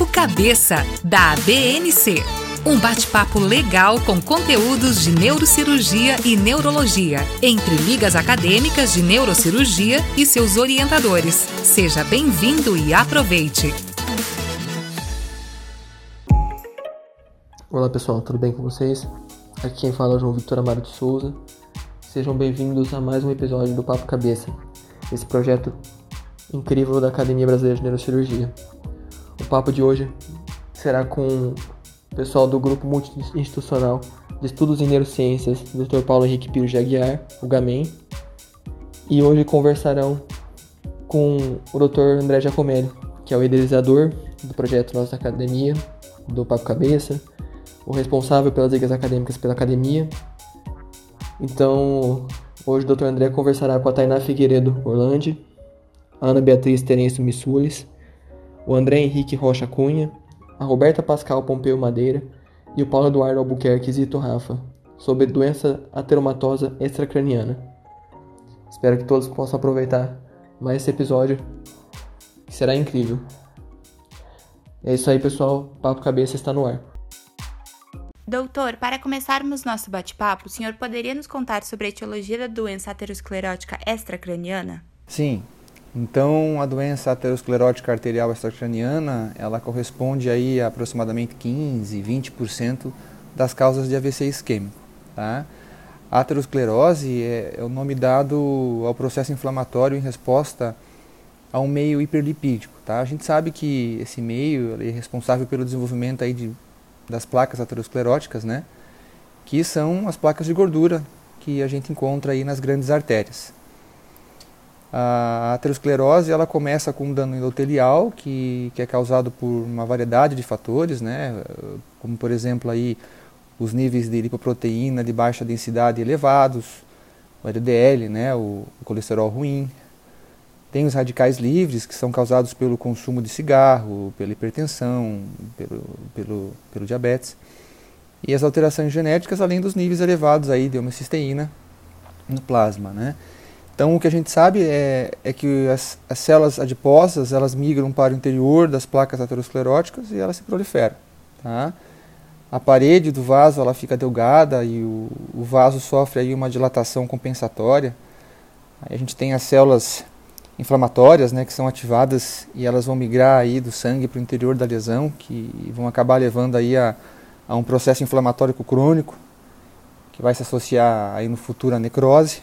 Cabeça, da ABNC. Um bate-papo legal com conteúdos de neurocirurgia e neurologia, entre ligas acadêmicas de neurocirurgia e seus orientadores. Seja bem-vindo e aproveite! Olá pessoal, tudo bem com vocês? Aqui quem fala é o João Victor Amaro de Souza. Sejam bem-vindos a mais um episódio do Papo Cabeça, esse projeto incrível da Academia Brasileira de Neurocirurgia. O papo de hoje será com o pessoal do Grupo Multi-Institucional de Estudos em Neurociências, Dr. Paulo Henrique Pires de Aguiar, o GAMEN, e hoje conversarão com o Dr. André Giacomelli, que é o idealizador do projeto Nossa Academia, do Papo Cabeça, o responsável pelas ligas acadêmicas pela academia. Então, hoje o Dr. André conversará com a Tainá Figueiredo Orlandi, a Ana Beatriz Terêncio Missulis, o André Henrique Rocha Cunha, a Roberta Pascal Pompeu Madeira e o Paulo Eduardo Albuquerque Zito Rafa, sobre doença ateromatosa extracraniana. Espero que todos possam aproveitar mais esse episódio, que será incrível. É isso aí, pessoal. Papo Cabeça está no ar. Doutor, para começarmos nosso bate-papo, o senhor poderia nos contar sobre a etiologia da doença aterosclerótica extracraniana? Sim. Então, a doença aterosclerótica arterial extracraniana, ela corresponde aí a aproximadamente 15, 20% das causas de AVC isquêmico. Tá? A aterosclerose é o nome dado ao processo inflamatório em resposta a um meio hiperlipídico. Tá? A gente sabe que esse meio é responsável pelo desenvolvimento aí das placas ateroscleróticas, né? Que são as placas de gordura que a gente encontra aí nas grandes artérias. A aterosclerose ela começa com um dano endotelial que é causado por uma variedade de fatores, né? Como por exemplo aí os níveis de lipoproteína de baixa densidade elevados, o LDL, né? o colesterol ruim. Tem os radicais livres que são causados pelo consumo de cigarro, pela hipertensão, pelo diabetes. E as alterações genéticas, além dos níveis elevados aí de homocisteína no plasma, né? Então, o que a gente sabe é que as células adiposas, elas migram para o interior das placas ateroscleróticas e elas se proliferam. Tá? A parede do vaso ela fica delgada e o vaso sofre aí uma dilatação compensatória. Aí a gente tem as células inflamatórias, né, que são ativadas e elas vão migrar aí do sangue para o interior da lesão, que vão acabar levando aí a um processo inflamatório crônico, que vai se associar aí no futuro à necrose.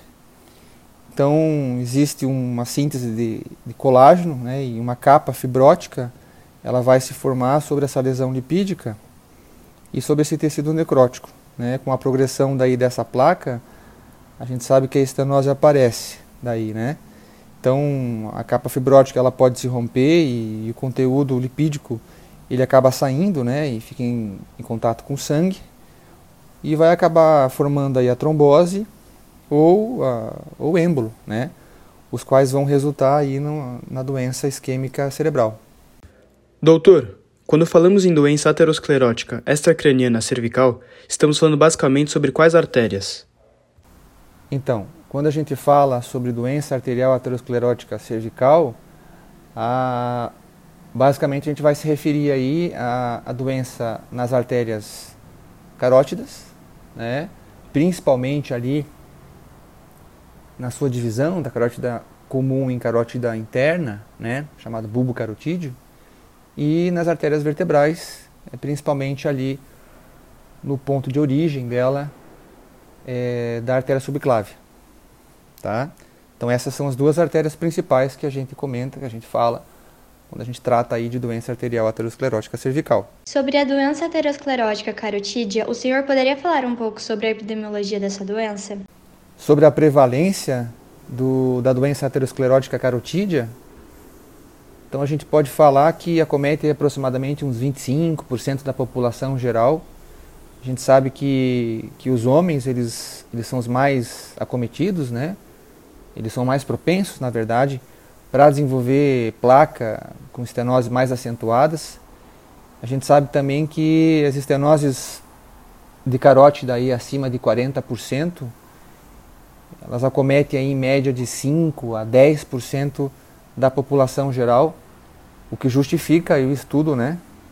Então, existe uma síntese de colágeno, né, e uma capa fibrótica, ela vai se formar sobre essa lesão lipídica e sobre esse tecido necrótico. Né, com a progressão daí dessa placa, a gente sabe que a estenose aparece daí, né? Então, a capa fibrótica ela pode se romper e o conteúdo lipídico ele acaba saindo, né, e fica em contato com o sangue e vai acabar formando aí a trombose ou o êmbolo, né, os quais vão resultar aí na doença isquêmica cerebral. Doutor, quando falamos em doença aterosclerótica extracraniana cervical, estamos falando basicamente sobre quais artérias? Então, quando a gente fala sobre doença arterial aterosclerótica cervical, basicamente a gente vai se referir aí à doença nas artérias carótidas, né, principalmente ali na sua divisão da carótida comum em carótida interna, né, chamado bulbo carotídeo, e nas artérias vertebrais, principalmente ali no ponto de origem dela, da artéria subclave. Tá? Então essas são as duas artérias principais que a gente comenta, que a gente fala, quando a gente trata aí de doença arterial aterosclerótica cervical. Sobre a doença aterosclerótica carotídea, o senhor poderia falar um pouco sobre a epidemiologia dessa doença? Sobre a prevalência da doença aterosclerótica carotídea, então a gente pode falar que acomete aproximadamente uns 25% da população geral. A gente sabe que os homens eles são os mais acometidos, né? Eles são mais propensos, na verdade, para desenvolver placa com estenoses mais acentuadas. A gente sabe também que as estenoses de carótida aí acima de 40%, elas acometem aí em média de 5 a 10% da população geral, o que justifica aí o estudo, né,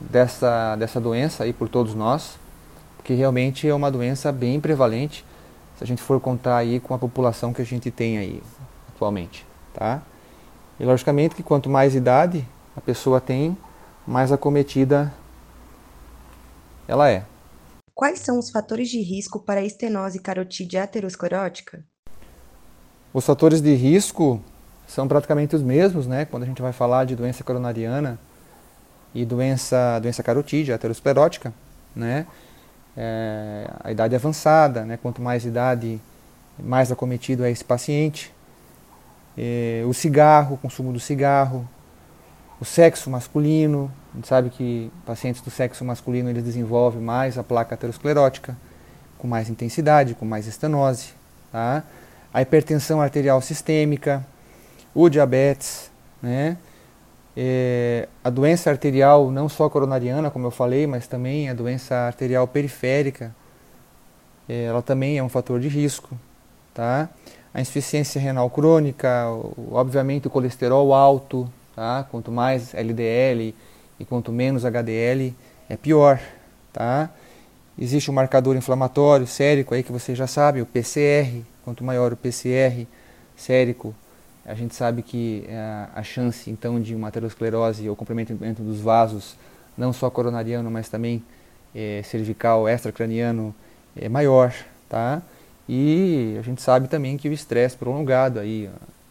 dessa doença aí por todos nós, porque realmente é uma doença bem prevalente, se a gente for contar aí com a população que a gente tem aí atualmente, tá? E logicamente que quanto mais idade a pessoa tem, mais acometida ela é. Quais são os fatores de risco para a estenose carotídea aterosclerótica? Os fatores de risco são praticamente os mesmos, né? Quando a gente vai falar de doença coronariana e doença carotídea aterosclerótica, né? A idade avançada, né? Quanto mais idade, mais acometido é esse paciente. O cigarro, o consumo do cigarro, o sexo masculino. A gente sabe que pacientes do sexo masculino eles desenvolvem mais a placa aterosclerótica, com mais intensidade, com mais estenose. Tá? A hipertensão arterial sistêmica, o diabetes, né? A doença arterial não só coronariana, como eu falei, mas também a doença arterial periférica, ela também é um fator de risco. Tá? A insuficiência renal crônica, obviamente o colesterol alto, tá? Quanto mais LDL e quanto menos HDL é pior. Tá? Existe um marcador inflamatório sérico aí que você já sabe, o PCR. Quanto maior o PCR sérico, a gente sabe que a chance então de uma aterosclerose ou comprometimento dos vasos, não só coronariano, mas também cervical, extracraniano, é maior. Tá? E a gente sabe também que o estresse prolongado aí,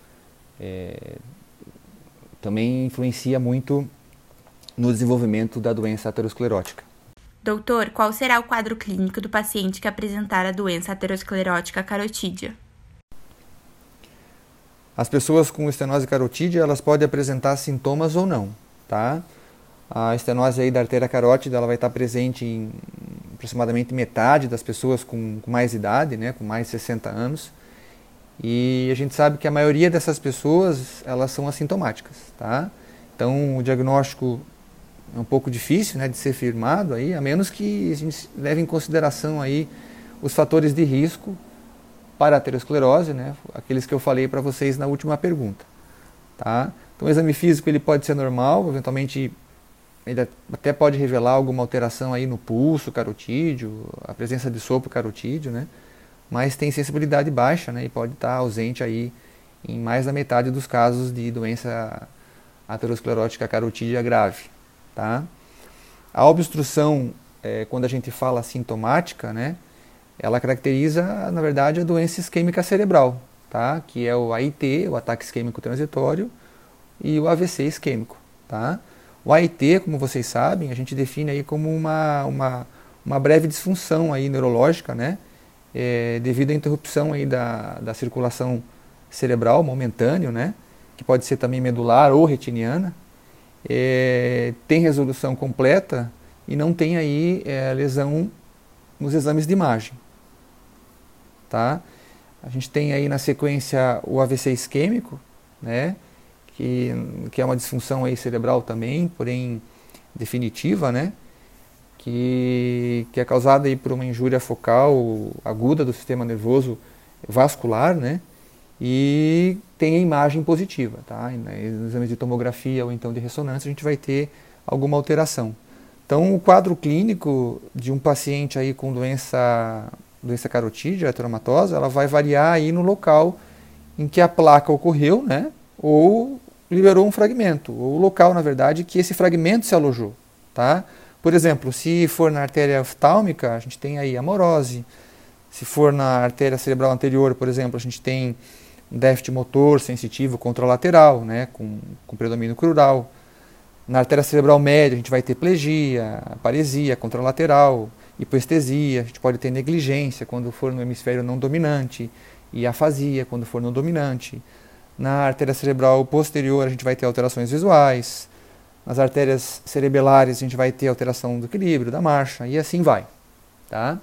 também influencia muito no desenvolvimento da doença aterosclerótica. Doutor, qual será o quadro clínico do paciente que apresentar a doença aterosclerótica carotídea? As pessoas com estenose carotídea, elas podem apresentar sintomas ou não, tá? A estenose aí da artéria carótida, ela vai estar presente em aproximadamente metade das pessoas com mais idade, né, com mais de 60 anos. E a gente sabe que a maioria dessas pessoas, elas são assintomáticas, tá? Então, o diagnóstico é um pouco difícil, né, de ser firmado aí, a menos que a gente leve em consideração aí os fatores de risco para a aterosclerose, né, aqueles que eu falei para vocês na última pergunta, tá? Então, o exame físico ele pode ser normal, eventualmente ele até pode revelar alguma alteração aí no pulso carotídeo, a presença de sopro carotídeo, né? Mas tem sensibilidade baixa, né? E pode estar ausente aí em mais da metade dos casos de doença aterosclerótica carotídea grave, tá? A obstrução, quando a gente fala sintomática, né? Ela caracteriza, na verdade, a doença isquêmica cerebral, tá? Que é o AIT, o ataque isquêmico transitório, e o AVC isquêmico, tá? O AIT, como vocês sabem, a gente define aí como uma breve disfunção aí neurológica, né? Devido à interrupção aí da circulação cerebral momentâneo, né? Que pode ser também medular ou retiniana. Tem resolução completa e não tem aí lesão nos exames de imagem. Tá? A gente tem aí na sequência o AVC isquêmico, né? Que é uma disfunção aí cerebral também, porém definitiva, né? Que é causada aí por uma injúria focal aguda do sistema nervoso vascular, né? E tem a imagem positiva, tá? Nos exames de tomografia ou então de ressonância a gente vai ter alguma alteração. Então o quadro clínico de um paciente aí com doença carotídea ateromatosa, ela vai variar aí no local em que a placa ocorreu, né? Ou liberou um fragmento, ou o local, na verdade, que esse fragmento se alojou, tá? Por exemplo, se for na artéria oftálmica, a gente tem aí amorose. Se for na artéria cerebral anterior, por exemplo, a gente tem um déficit motor sensitivo contralateral, né, com predomínio crural. Na artéria cerebral média, a gente vai ter plegia, paresia contralateral, hipoestesia, a gente pode ter negligência quando for no hemisfério não dominante, e afasia quando for no dominante. Na artéria cerebral posterior, a gente vai ter alterações visuais. Nas artérias cerebelares, a gente vai ter alteração do equilíbrio, da marcha, e assim vai. Tá?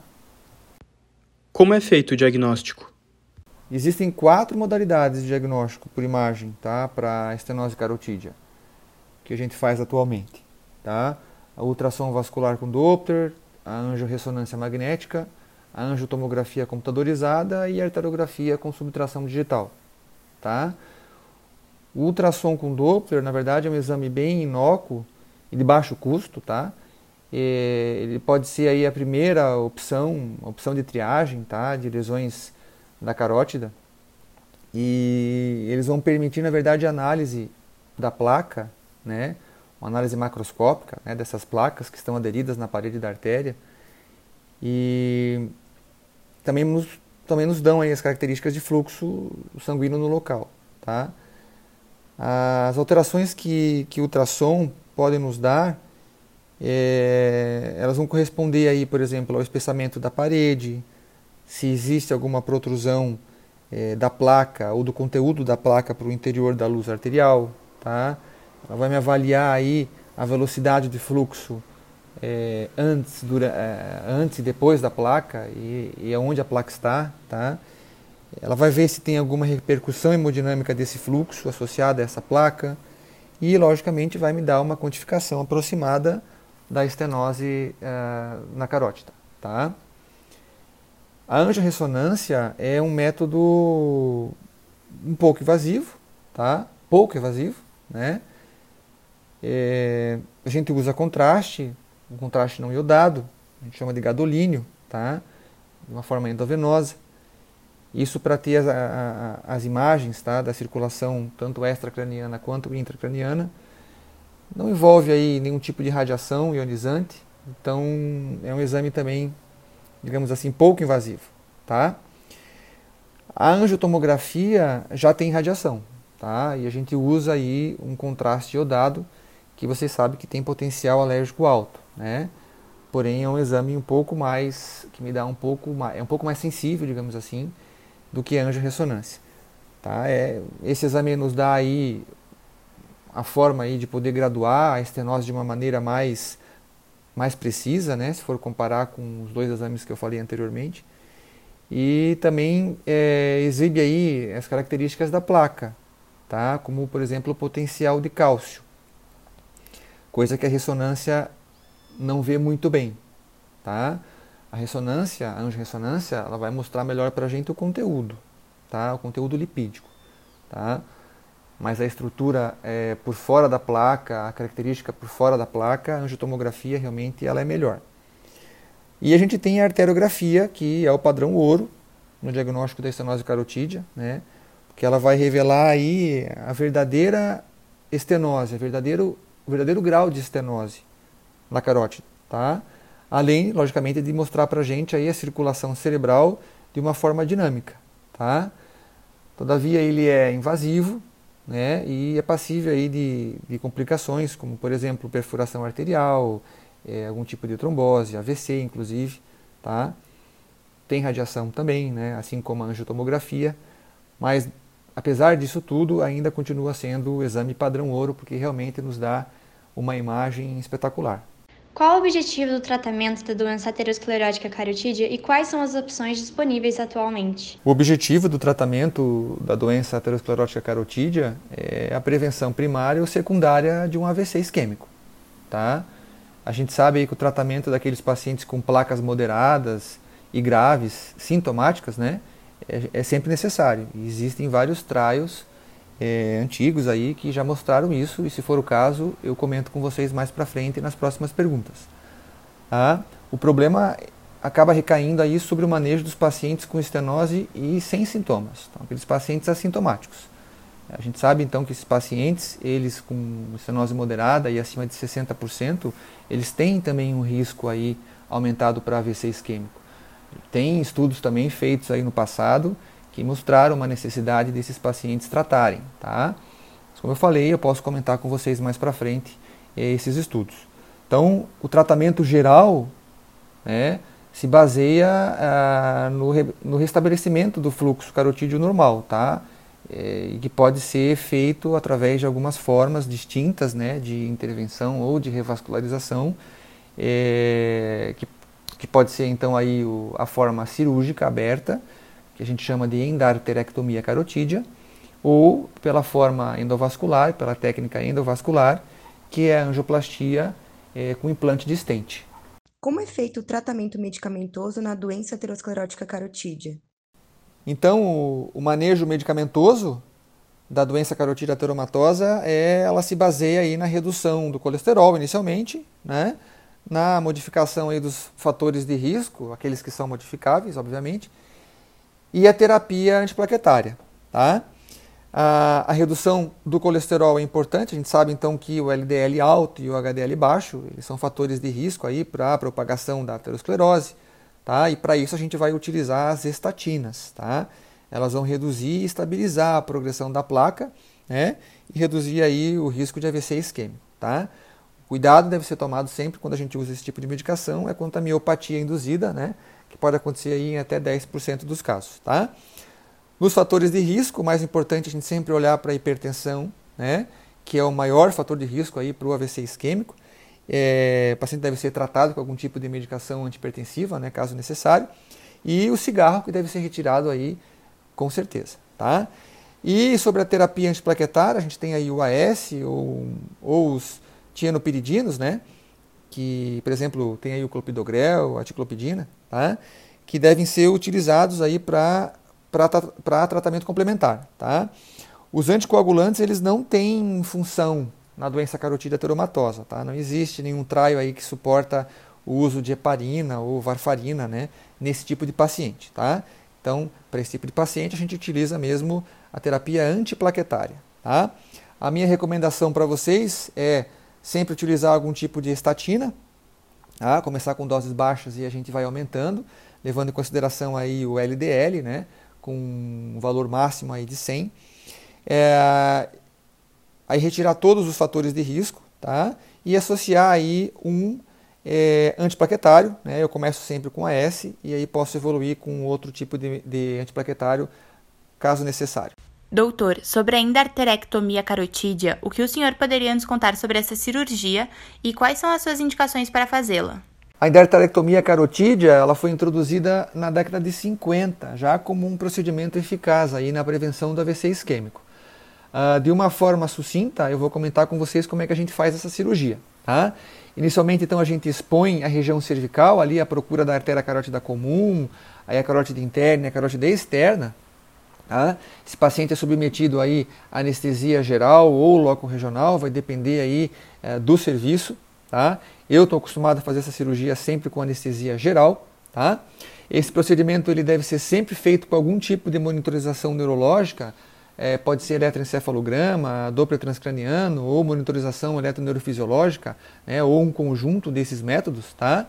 Como é feito o diagnóstico? Existem 4 modalidades de diagnóstico por imagem, tá? Para a estenose carotídea, que a gente faz atualmente. Tá? A ultrassom vascular com Doppler, a angiorressonância magnética, a angiotomografia computadorizada e a arteriografia com subtração digital. Tá? O ultrassom com Doppler, na verdade, é um exame bem inócuo e de baixo custo, tá? Ele pode ser aí a primeira opção de triagem, tá? De lesões da carótida. E eles vão permitir, na verdade, a análise da placa, né? Uma análise macroscópica, né? Dessas placas que estão aderidas na parede da artéria. E também nos dão aí as características de fluxo sanguíneo no local, tá? As alterações que o ultrassom pode nos dar, elas vão corresponder aí, por exemplo, ao espessamento da parede, se existe alguma protrusão da placa ou do conteúdo da placa para o interior da luz arterial, tá? Ela vai me avaliar aí a velocidade de fluxo antes e depois da placa e aonde a placa está, tá? Ela vai ver se tem alguma repercussão hemodinâmica desse fluxo associada a essa placa e, logicamente, vai me dar uma quantificação aproximada da estenose na carótida, tá? A angiorressonância é um método um pouco invasivo, tá? Pouco invasivo, né? A gente usa contraste, um contraste não iodado, a gente chama de gadolínio, tá? De uma forma endovenosa. Isso para ter as imagens, tá? Da circulação tanto extracraniana quanto intracraniana. Não envolve aí nenhum tipo de radiação ionizante, então é um exame também, digamos assim, pouco invasivo, tá? A angiotomografia já tem radiação, tá? E a gente usa aí um contraste iodado, que vocês sabem que tem potencial alérgico alto, né? Porém é um exame um pouco mais, que me dá um pouco mais sensível, digamos assim, do que a angiorressonância, tá? Esse exame nos dá aí a forma aí de poder graduar a estenose de uma maneira mais precisa, né? Se for comparar com os dois exames que eu falei anteriormente. E também exibe aí as características da placa, tá? Como, por exemplo, o potencial de cálcio, coisa que a ressonância não vê muito bem, tá? A angiorressonância, ela vai mostrar melhor para a gente o conteúdo, tá? O conteúdo lipídico, tá? Mas a estrutura por fora da placa, a característica por fora da placa, a angiotomografia realmente ela é melhor. E a gente tem a arteriografia, que é o padrão ouro no diagnóstico da estenose carotídea, né? Que ela vai revelar aí a verdadeira estenose, o verdadeiro grau de estenose na carótida, tá? Além, logicamente, de mostrar para a gente aí a circulação cerebral de uma forma dinâmica, tá? Todavia, ele é invasivo, né? E é passível aí de complicações, como, por exemplo, perfuração arterial, algum tipo de trombose, AVC, inclusive, tá? Tem radiação também, né? Assim como a angiotomografia, mas, apesar disso tudo, ainda continua sendo o exame padrão ouro, porque realmente nos dá uma imagem espetacular. Qual o objetivo do tratamento da doença aterosclerótica carotídea e quais são as opções disponíveis atualmente? O objetivo do tratamento da doença aterosclerótica carotídea é a prevenção primária ou secundária de um AVC isquêmico, tá? A gente sabe aí que o tratamento daqueles pacientes com placas moderadas e graves, sintomáticas, né, é sempre necessário. E existem vários trials antigos aí que já mostraram isso, e se for o caso, eu comento com vocês mais para frente nas próximas perguntas. O problema acaba recaindo aí sobre o manejo dos pacientes com estenose e sem sintomas, então, aqueles pacientes assintomáticos. A gente sabe então que esses pacientes, eles com estenose moderada e acima de 60%, eles têm também um risco aí aumentado para AVC isquêmico. Tem estudos também feitos aí no passado que mostraram uma necessidade desses pacientes tratarem, tá? Mas, como eu falei, eu posso comentar com vocês mais para frente esses estudos. Então, o tratamento geral, né, se baseia no restabelecimento do fluxo carotídeo normal, tá? E que pode ser feito através de algumas formas distintas, né, de intervenção ou de revascularização, que pode ser então aí a forma cirúrgica aberta, que a gente chama de endarterectomia carotídea, ou pela forma endovascular, pela técnica endovascular, que é a angioplastia com implante de stent. Como é feito o tratamento medicamentoso na doença aterosclerótica carotídea? Então, o manejo medicamentoso da doença carotídea ateromatosa ela se baseia aí na redução do colesterol inicialmente, né? Na modificação aí dos fatores de risco, aqueles que são modificáveis, obviamente, e a terapia antiplaquetária, tá? A redução do colesterol é importante, a gente sabe então que o LDL alto e o HDL baixo, eles são fatores de risco aí para a propagação da aterosclerose, tá? E para isso a gente vai utilizar as estatinas, tá? Elas vão reduzir e estabilizar a progressão da placa, né? E reduzir aí o risco de AVC isquêmico, tá? Cuidado deve ser tomado sempre quando a gente usa esse tipo de medicação, é quanto à miopatia induzida, né? Que pode acontecer aí em até 10% dos casos, tá? Nos fatores de risco, o mais importante é a gente sempre olhar para a hipertensão, né? Que é o maior fator de risco aí para o AVC isquêmico. O paciente deve ser tratado com algum tipo de medicação antihipertensiva, né? Caso necessário. E o cigarro, que deve ser retirado aí com certeza, tá? E sobre a terapia antiplaquetária, a gente tem aí o AS ou os tianopiridinos, né? Que, por exemplo, tem aí o clopidogrel, a ticlopidina, tá? Que devem ser utilizados aí para tratamento complementar, tá? Os anticoagulantes, eles não têm função na doença carotídea ateromatosa, tá? Não existe nenhum trial aí que suporta o uso de heparina ou varfarina, né? Nesse tipo de paciente, tá? Então, para esse tipo de paciente, a gente utiliza mesmo a terapia antiplaquetária, tá? A minha recomendação para vocês é sempre utilizar algum tipo de estatina, tá? Começar com doses baixas e a gente vai aumentando, levando em consideração aí o LDL, né? Com um valor máximo aí de 100. Aí retirar todos os fatores de risco, tá? E associar aí um antiplaquetário, né? Eu começo sempre com AS e aí posso evoluir com outro tipo de antiplaquetário, caso necessário. Doutor, sobre a endarterectomia carotídea, o que o senhor poderia nos contar sobre essa cirurgia e quais são as suas indicações para fazê-la? A endarterectomia carotídea ela foi introduzida na década de 50, já como um procedimento eficaz aí na prevenção do AVC isquêmico. De uma forma sucinta, eu vou comentar com vocês como é que a gente faz essa cirurgia, tá? Inicialmente, então, a gente expõe a região cervical, ali à procura da artéria carótida comum, aí a carótida interna e a carótida externa. Tá? Esse paciente é submetido aí à anestesia geral ou loco-regional, vai depender aí do serviço. Tá? Eu estou acostumado a fazer essa cirurgia sempre com anestesia geral. Tá? Esse procedimento ele deve ser sempre feito com algum tipo de monitorização neurológica, pode ser eletroencefalograma, Doppler transcraniano ou monitorização eletroneurofisiológica, né, ou um conjunto desses métodos. Tá?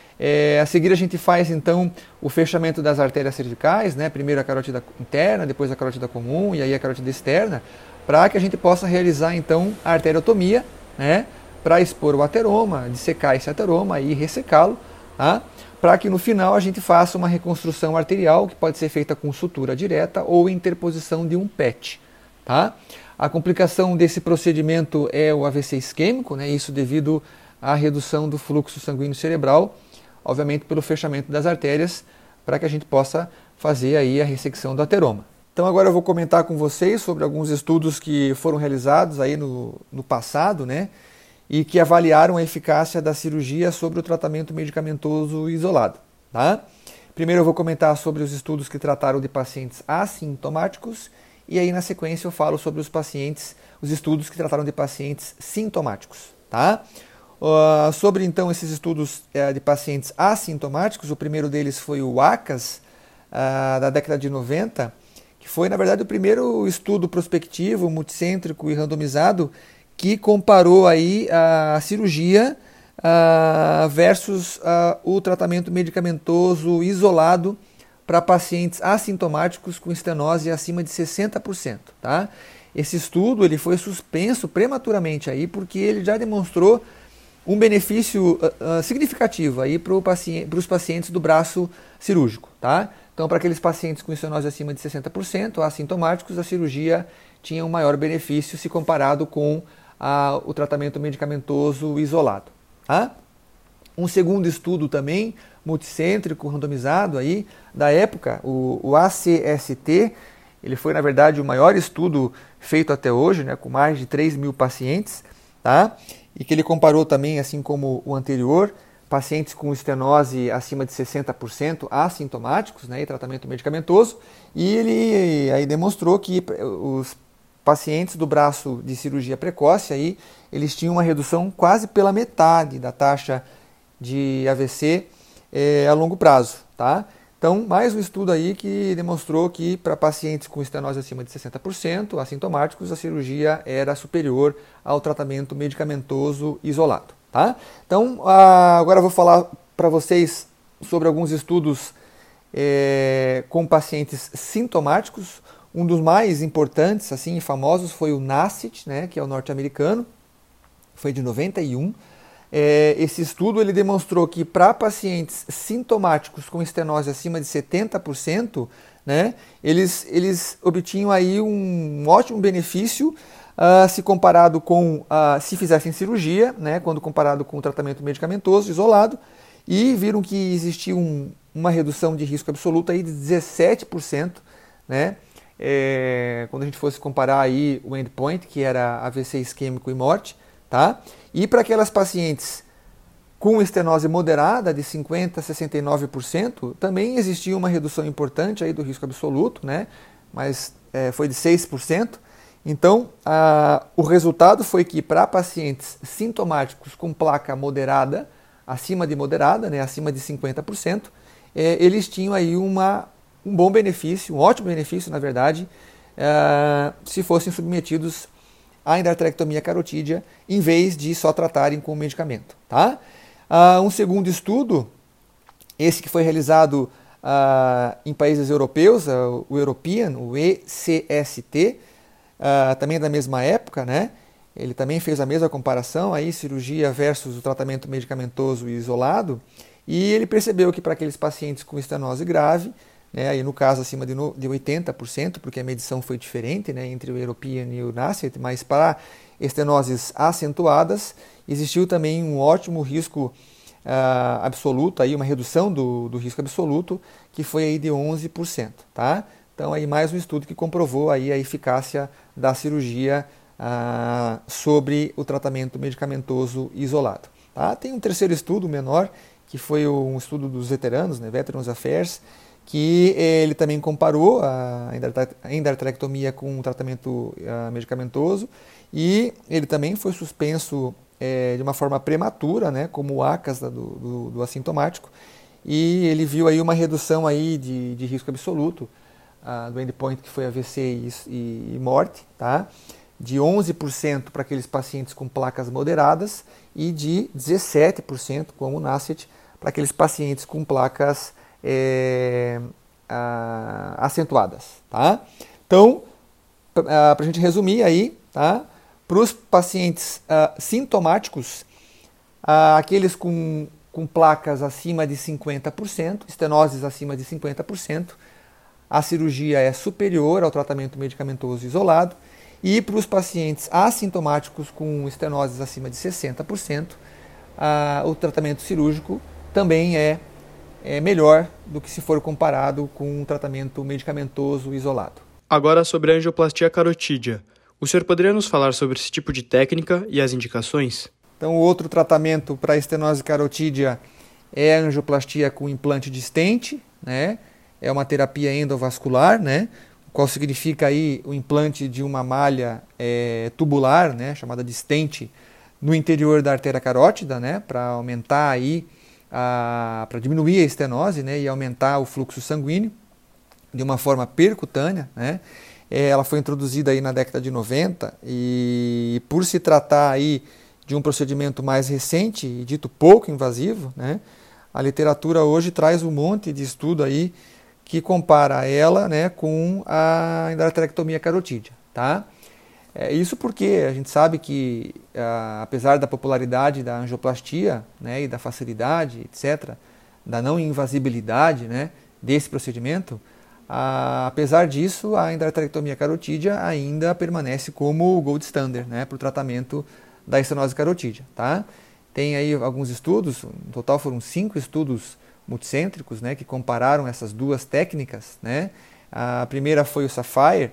A seguir a gente faz então o fechamento das artérias cervicais, né, primeiro a carótida interna, depois a carótida comum e aí a carótida externa, para que a gente possa realizar então a arteriotomia, né, para expor o ateroma, dissecar esse ateroma e ressecá-lo, tá? Para que no final a gente faça uma reconstrução arterial que pode ser feita com sutura direta ou interposição de um PET. Tá? A complicação desse procedimento é o AVC isquêmico, né? Isso devido à redução do fluxo sanguíneo cerebral, obviamente pelo fechamento das artérias, para que a gente possa fazer aí a ressecção do ateroma. Então agora eu vou comentar com vocês sobre alguns estudos que foram realizados aí no passado, né? E que avaliaram a eficácia da cirurgia sobre o tratamento medicamentoso isolado. Tá? Primeiro eu vou comentar sobre os estudos que trataram de pacientes assintomáticos e aí na sequência eu falo sobre os estudos que trataram de pacientes sintomáticos. Tá? Sobre então esses estudos de pacientes assintomáticos, o primeiro deles foi o ACAS, da década de 90, que foi na verdade o primeiro estudo prospectivo, multicêntrico e randomizado que comparou aí a cirurgia versus o tratamento medicamentoso isolado para pacientes assintomáticos com estenose acima de 60%. Tá? Esse estudo ele foi suspenso prematuramente aí porque ele já demonstrou um benefício significativo aí para os pacientes do braço cirúrgico. Tá? Então, para aqueles pacientes com estenose acima de 60%, assintomáticos, a cirurgia tinha um maior benefício se comparado com o tratamento medicamentoso isolado. Tá? Um segundo estudo também, multicêntrico, randomizado, aí, da época, o ACST, ele foi na verdade o maior estudo feito até hoje, né, com mais de 3 mil pacientes, tá? E que ele comparou também, assim como o anterior, pacientes com estenose acima de 60% assintomáticos, né, e tratamento medicamentoso, e ele aí demonstrou que os pacientes do braço de cirurgia precoce, aí, eles tinham uma redução quase pela metade da taxa de AVC a longo prazo. Tá? Então, mais um estudo aí que demonstrou que para pacientes com estenose acima de 60%, assintomáticos, a cirurgia era superior ao tratamento medicamentoso isolado. Tá? Então, agora eu vou falar para vocês sobre alguns estudos com pacientes sintomáticos. Um dos mais importantes assim, e famosos foi o NACIT, né, que é o norte-americano, foi de 91. Esse estudo ele demonstrou que para pacientes sintomáticos com estenose acima de 70%, né, eles obtinham aí um ótimo benefício se comparado com se fizessem cirurgia, né, quando comparado com o tratamento medicamentoso isolado, e viram que existia uma redução de risco absoluto aí de 17%, né, quando a gente fosse comparar aí o endpoint, que era AVC isquêmico e morte. Tá? E para aquelas pacientes com estenose moderada de 50% a 69%, também existia uma redução importante aí do risco absoluto, né? Mas foi de 6%. Então, o resultado foi que para pacientes sintomáticos com placa moderada, acima de moderada, né? Acima de 50%, eles tinham aí um bom benefício, um ótimo benefício, na verdade, se fossem submetidos a endarterectomia carotídea, em vez de só tratarem com medicamento. Tá? Um segundo estudo, esse que foi realizado em países europeus, o European, o ECST, também da mesma época, né? Ele também fez a mesma comparação, aí, cirurgia versus o tratamento medicamentoso e isolado, e ele percebeu que para aqueles pacientes com estenose grave, né, aí no caso acima de 80%, porque a medição foi diferente, né, entre o European e o NACIT, mas para estenoses acentuadas existiu também um ótimo risco absoluto, aí uma redução do risco absoluto, que foi aí de 11%. Tá? Então aí mais um estudo que comprovou aí a eficácia da cirurgia sobre o tratamento medicamentoso isolado. Tá? Tem um terceiro estudo menor, que foi um estudo dos veteranos, né, Veterans Affairs, que ele também comparou a endarterectomia com o tratamento medicamentoso, e ele também foi suspenso de uma forma prematura, né, como o ACAS do assintomático, e ele viu aí uma redução aí de risco absoluto do endpoint, que foi AVC e morte, tá? De 11% para aqueles pacientes com placas moderadas e de 17%, como o NACIT, para aqueles pacientes com placas acentuadas. Tá? Então, para a gente resumir aí, tá? Para os pacientes sintomáticos, aqueles com placas acima de 50%, estenoses acima de 50%, a cirurgia é superior ao tratamento medicamentoso isolado, e para os pacientes assintomáticos com estenoses acima de 60%, o tratamento cirúrgico também é melhor do que se for comparado com um tratamento medicamentoso isolado. Agora sobre a angioplastia carotídea. O senhor poderia nos falar sobre esse tipo de técnica e as indicações? Então, o outro tratamento para a estenose carotídea é a angioplastia com implante de stent, né? É uma terapia endovascular, né? Qual significa aí o implante de uma malha tubular, né? Chamada de stent, no interior da artéria carótida, né? Para aumentar aí para diminuir a estenose, né, e aumentar o fluxo sanguíneo de uma forma percutânea, né. Ela foi introduzida aí na década de 90 e por se tratar aí de um procedimento mais recente e dito pouco invasivo, né, a literatura hoje traz um monte de estudo aí que compara ela, né, com a endarterectomia carotídea. Tá? Isso porque a gente sabe que, apesar da popularidade da angioplastia, né, e da facilidade, etc., da não invasibilidade, né, desse procedimento, apesar disso, a endarterectomia carotídea ainda permanece como o gold standard, né, para o tratamento da estenose carotídea. Tá? Tem aí alguns estudos, no total foram 5 estudos multicêntricos, né, que compararam essas duas técnicas. Né? A primeira foi o Sapphire,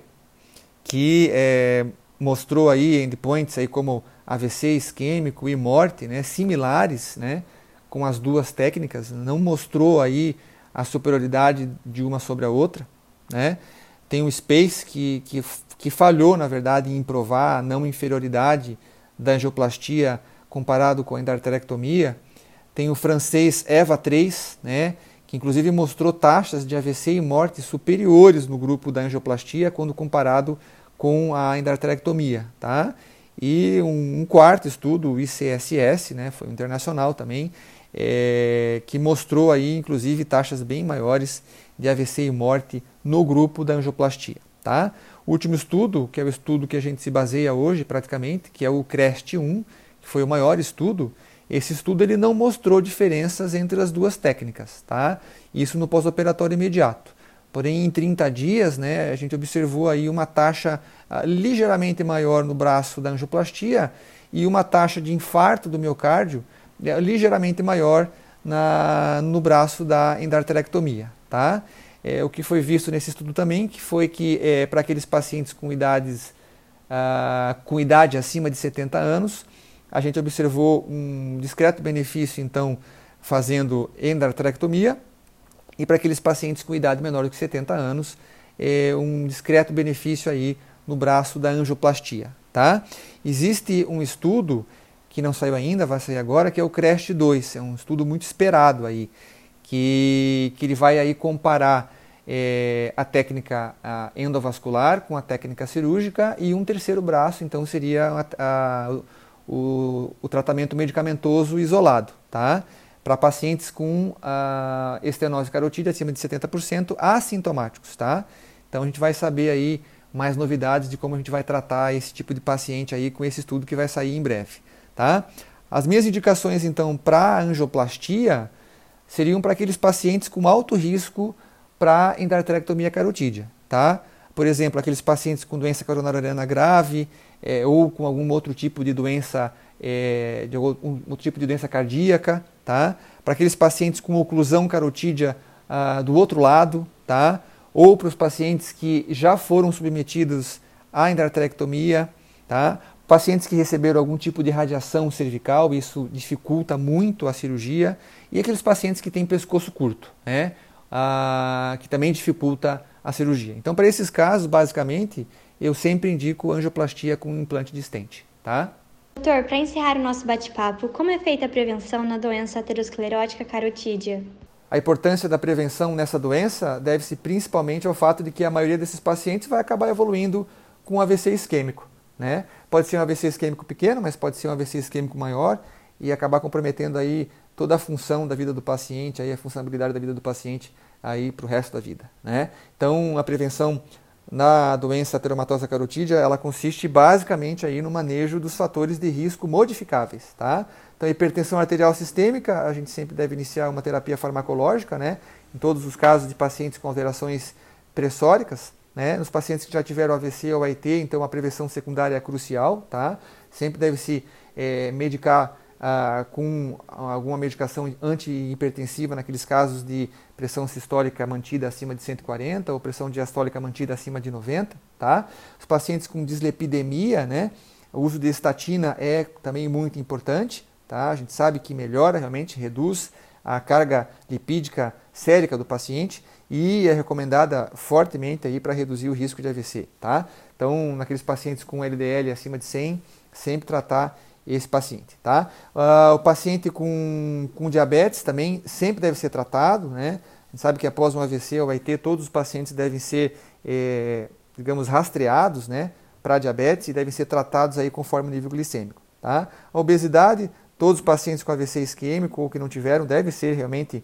que mostrou aí endpoints aí como AVC isquêmico e morte, né, similares, né, com as duas técnicas, não mostrou aí a superioridade de uma sobre a outra, né. Tem o SPACE, que falhou, na verdade, em provar a não inferioridade da angioplastia comparado com a endarterectomia. Tem o francês EVA3, né, que inclusive mostrou taxas de AVC e morte superiores no grupo da angioplastia quando comparado com a endarterectomia, tá? E um quarto estudo, o ICSS, né, foi internacional também, que mostrou aí inclusive taxas bem maiores de AVC e morte no grupo da angioplastia, tá? O último estudo, que é o estudo que a gente se baseia hoje praticamente, que é o CREST-1, que foi o maior estudo. Esse estudo ele não mostrou diferenças entre as duas técnicas, tá? Isso no pós-operatório imediato. Porém, em 30 dias, né, a gente observou aí uma taxa ligeiramente maior no braço da angioplastia e uma taxa de infarto do miocárdio ligeiramente maior no braço da endarterectomia, tá? O que foi visto nesse estudo também, que foi que para aqueles pacientes com idade acima de 70 anos, a gente observou um discreto benefício, então, fazendo endarterectomia, e para aqueles pacientes com idade menor do que 70 anos, um discreto benefício aí no braço da angioplastia, tá? Existe um estudo que não saiu ainda, vai sair agora, que é o CREST-2, é um estudo muito esperado aí, que ele vai aí comparar a técnica endovascular com a técnica cirúrgica, e um terceiro braço, então, seria o tratamento medicamentoso isolado, tá? Para pacientes com estenose carotídea acima de 70% assintomáticos, tá? Então a gente vai saber aí mais novidades de como a gente vai tratar esse tipo de paciente aí com esse estudo que vai sair em breve, tá? As minhas indicações então para angioplastia seriam para aqueles pacientes com alto risco para endarterectomia carotídea, tá? Por exemplo, aqueles pacientes com doença coronariana grave ou com algum outro tipo de doença, outro tipo de doença cardíaca, tá? Para aqueles pacientes com oclusão carotídea do outro lado, tá? Ou para os pacientes que já foram submetidos à endarterectomia, tá? Pacientes que receberam algum tipo de radiação cervical, isso dificulta muito a cirurgia, e aqueles pacientes que têm pescoço curto, né? Que também dificulta a cirurgia. Então, para esses casos, basicamente, eu sempre indico angioplastia com implante de stent, tá? Doutor, para encerrar o nosso bate-papo, como é feita a prevenção na doença aterosclerótica carotídea? A importância da prevenção nessa doença deve-se principalmente ao fato de que a maioria desses pacientes vai acabar evoluindo com um AVC isquêmico, né? Pode ser um AVC isquêmico pequeno, mas pode ser um AVC isquêmico maior e acabar comprometendo aí toda a função da vida do paciente, aí a funcionalidade da vida do paciente aí para o resto da vida, né? Então, a prevenção na doença ateromatosa carotídea, ela consiste basicamente aí no manejo dos fatores de risco modificáveis, tá? Então, a hipertensão arterial sistêmica, a gente sempre deve iniciar uma terapia farmacológica, né? Em todos os casos de pacientes com alterações pressóricas, né? Nos pacientes que já tiveram AVC ou AIT, então a prevenção secundária é crucial, tá? Sempre deve-se medicar com alguma medicação antihipertensiva naqueles casos de pressão sistólica mantida acima de 140 ou pressão diastólica mantida acima de 90, tá? Os pacientes com dislipidemia, né? O uso de estatina é também muito importante, tá? A gente sabe que melhora realmente, reduz a carga lipídica sérica do paciente e é recomendada fortemente aí para reduzir o risco de AVC, tá? Então, naqueles pacientes com LDL acima de 100, sempre tratar esse paciente, tá? O paciente com diabetes também sempre deve ser tratado, né? A gente sabe que após um AVC ou AIT, todos os pacientes devem ser, digamos, rastreados, né, para diabetes e devem ser tratados aí conforme o nível glicêmico, tá? A obesidade, todos os pacientes com AVC isquêmico ou que não tiveram, deve ter realmente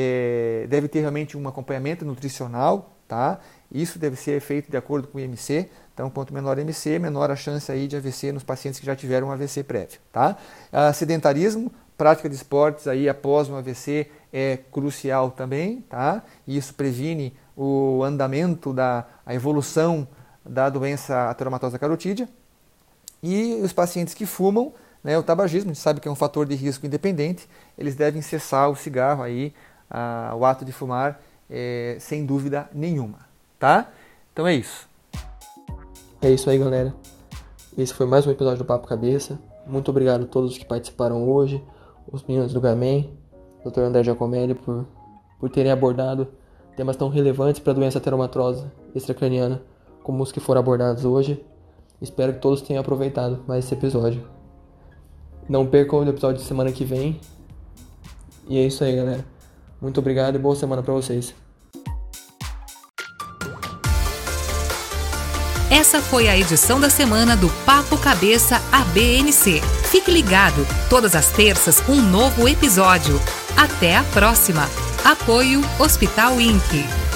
um acompanhamento nutricional, tá? Isso deve ser feito de acordo com o IMC. Então, quanto menor o IMC, menor a chance aí de AVC nos pacientes que já tiveram um AVC prévio, tá? Sedentarismo, prática de esportes aí após um AVC é crucial também, tá? E isso previne o andamento a evolução da doença ateromatosa carotídea. E os pacientes que fumam, né, o tabagismo, a gente sabe que é um fator de risco independente, eles devem cessar o cigarro aí, o ato de fumar, sem dúvida nenhuma, tá? Então é isso. É isso aí, galera. Esse foi mais um episódio do Papo Cabeça. Muito obrigado a todos que participaram hoje, os meninos do Gamen, Dr. André Giacomelli por terem abordado temas tão relevantes para a doença ateromatosa extracraniana como os que foram abordados hoje. Espero que todos tenham aproveitado mais esse episódio. Não percam o episódio de semana que vem. E é isso aí, galera. Muito obrigado e boa semana para vocês. Essa foi a edição da semana do Papo Cabeça ABNC. Fique ligado, todas as terças um novo episódio. Até a próxima. Apoio Hospital INC.